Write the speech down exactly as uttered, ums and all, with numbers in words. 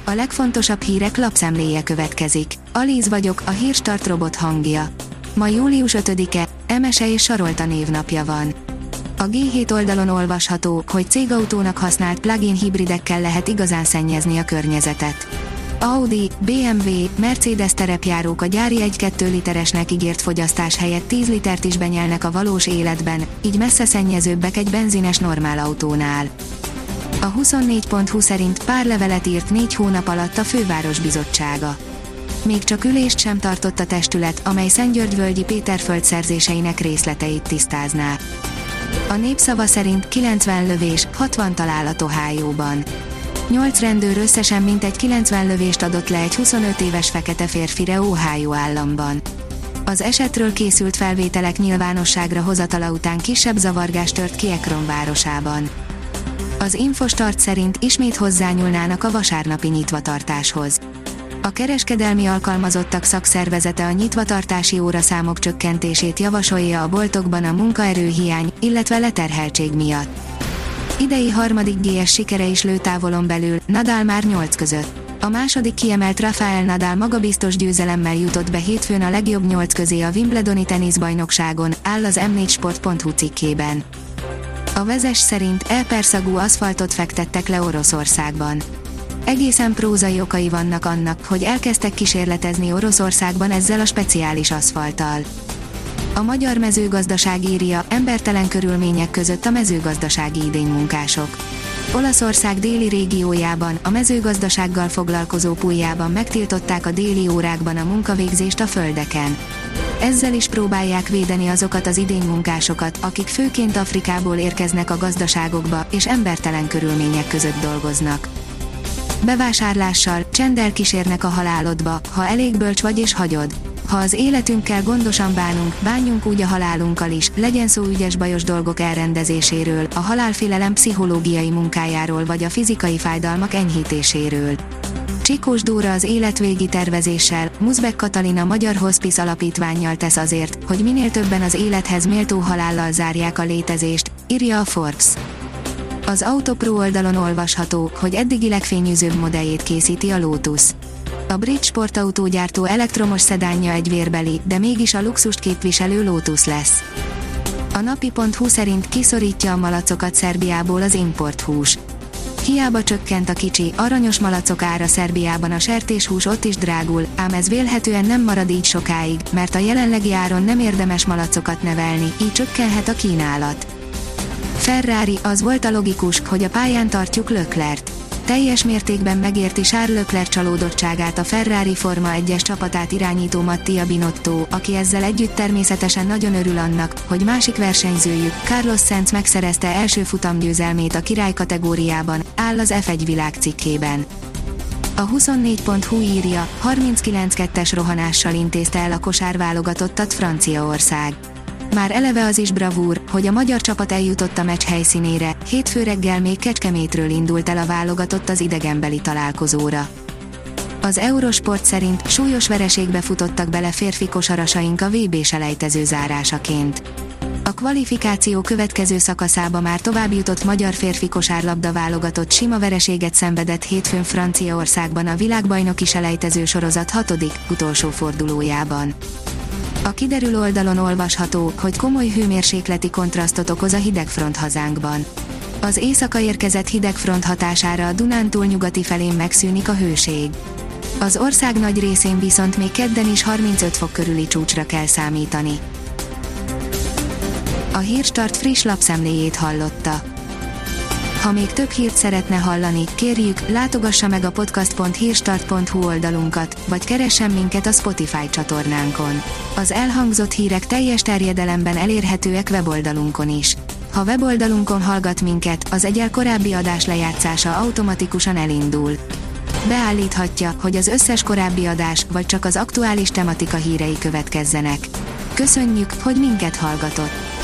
A legfontosabb hírek lapszemléje következik. Alíz vagyok, a Hírstart robot hangja. Ma július ötödike, Emese és Sarolta névnapja van. A gé hét oldalon olvasható, hogy cégautónak használt plug-in hibridekkel lehet igazán szennyezni a környezetet. Audi, bé em vé, Mercedes terepjárók a gyári egy-kettő literesnek ígért fogyasztás helyett tíz litert is benyelnek a valós életben, így messze szennyezőbbek egy benzines normál autónál. A huszonnégy pont hu szerint pár levelet írt négy hónap alatt a főváros bizottsága. Még csak ülést sem tartott a testület, amely Szentgyörgyvölgyi Péter földszerzéseinek részleteit tisztázná. A Népszava szerint kilencven lövés, hatvan találat Ohioban. nyolc rendőr összesen mintegy kilencven lövést adott le egy huszonöt éves fekete férfire Ohio államban. Az esetről készült felvételek nyilvánosságra hozatala után kisebb zavargás tört ki Akron városában. Az Infostart szerint ismét hozzányúlnának a vasárnapi nyitvatartáshoz. A kereskedelmi alkalmazottak szakszervezete a nyitvatartási óraszámok csökkentését javasolja a boltokban a munkaerőhiány, illetve leterheltség miatt. Idei harmadik gé es sikere is lő távolon belül, Nadal már nyolc között. A második kiemelt Rafael Nadal magabiztos győzelemmel jutott be hétfőn a legjobb nyolc közé a Wimbledoni teniszbajnokságon, áll az em négy sport pont hu cikkében. A Vezes szerint elperszagú aszfaltot fektettek le Oroszországban. Egészen prózai okai vannak annak, hogy elkezdtek kísérletezni Oroszországban ezzel a speciális aszfalttal. A Magyar Mezőgazdaság írja, embertelen körülmények között a mezőgazdasági idénymunkások. Olaszország déli régiójában, a mezőgazdasággal foglalkozó Puljában megtiltották a déli órákban a munkavégzést a földeken. Ezzel is próbálják védeni azokat az idénymunkásokat, akik főként Afrikából érkeznek a gazdaságokba, és embertelen körülmények között dolgoznak. Bevásárlással, csenddel kísérnek a halálodba, ha elég bölcs vagy és hagyod. Ha az életünkkel gondosan bánunk, bánjunk úgy a halálunkkal is, legyen szó ügyes bajos dolgok elrendezéséről, a halálfélelem pszichológiai munkájáról vagy a fizikai fájdalmak enyhítéséről. Csikós Dóra az életvégi tervezéssel, Muzbek Katalin a Magyar Hospice Alapítvánnyal tesz azért, hogy minél többen az élethez méltó halállal zárják a létezést, írja a Forbes. Az Autopro oldalon olvasható, hogy eddigi legfényűzőbb modelljét készíti a Lotus. A brit sportautógyártó elektromos szedánja egy vérbeli, de mégis a luxust képviselő Lotus lesz. A napi pont hu szerint kiszorítja a malacokat Szerbiából az importhús. Hiába csökkent a kicsi, aranyos malacok ára Szerbiában, a sertéshús ott is drágul, ám ez vélhetően nem marad így sokáig, mert a jelenlegi áron nem érdemes malacokat nevelni, így csökkenhet a kínálat. Ferrari, az volt a logikus, hogy a pályán tartjuk Leclerc-t. Teljes mértékben megérti Charles Leclerc csalódottságát a Ferrari Forma egyes csapatát irányító Mattia Binotto, aki ezzel együtt természetesen nagyon örül annak, hogy másik versenyzőjük, Carlos Sainz megszerezte első futamgyőzelmét a király kategóriában, áll az ef egy világ cikkében. A huszonnégy pont hu írja, harminckilenc kettes rohanással intézte el a kosárválogatottat Franciaország. Már eleve az is bravúr, hogy a magyar csapat eljutott a meccs helyszínére, hétfő reggel még Kecskemétről indult el a válogatott az idegenbeli találkozóra. Az Eurosport szerint súlyos vereségbe futottak bele férfi kosarasaink a vé bé-selejtező zárásaként. A kvalifikáció következő szakaszába már tovább jutott magyar férfi kosárlabda válogatott sima vereséget szenvedett hétfőn Franciaországban a világbajnoki selejtező sorozat hatodik, utolsó fordulójában. A kiderül oldalon olvasható, hogy komoly hőmérsékleti kontrasztot okoz a hidegfront hazánkban. Az éjszaka érkezett hidegfront hatására a Dunántúl nyugati felén megszűnik a hőség. Az ország nagy részén viszont még kedden is harmincöt fok körüli csúcsra kell számítani. A Hírstart friss lapszemléjét hallotta. Ha még több hírt szeretne hallani, kérjük, látogassa meg a podcast pont hírstart pont hu oldalunkat, vagy keressen minket a Spotify csatornánkon. Az elhangzott hírek teljes terjedelemben elérhetőek weboldalunkon is. Ha weboldalunkon hallgat minket, az egyel korábbi adás lejátszása automatikusan elindul. Beállíthatja, hogy az összes korábbi adás, vagy csak az aktuális tematika hírei következzenek. Köszönjük, hogy minket hallgatott!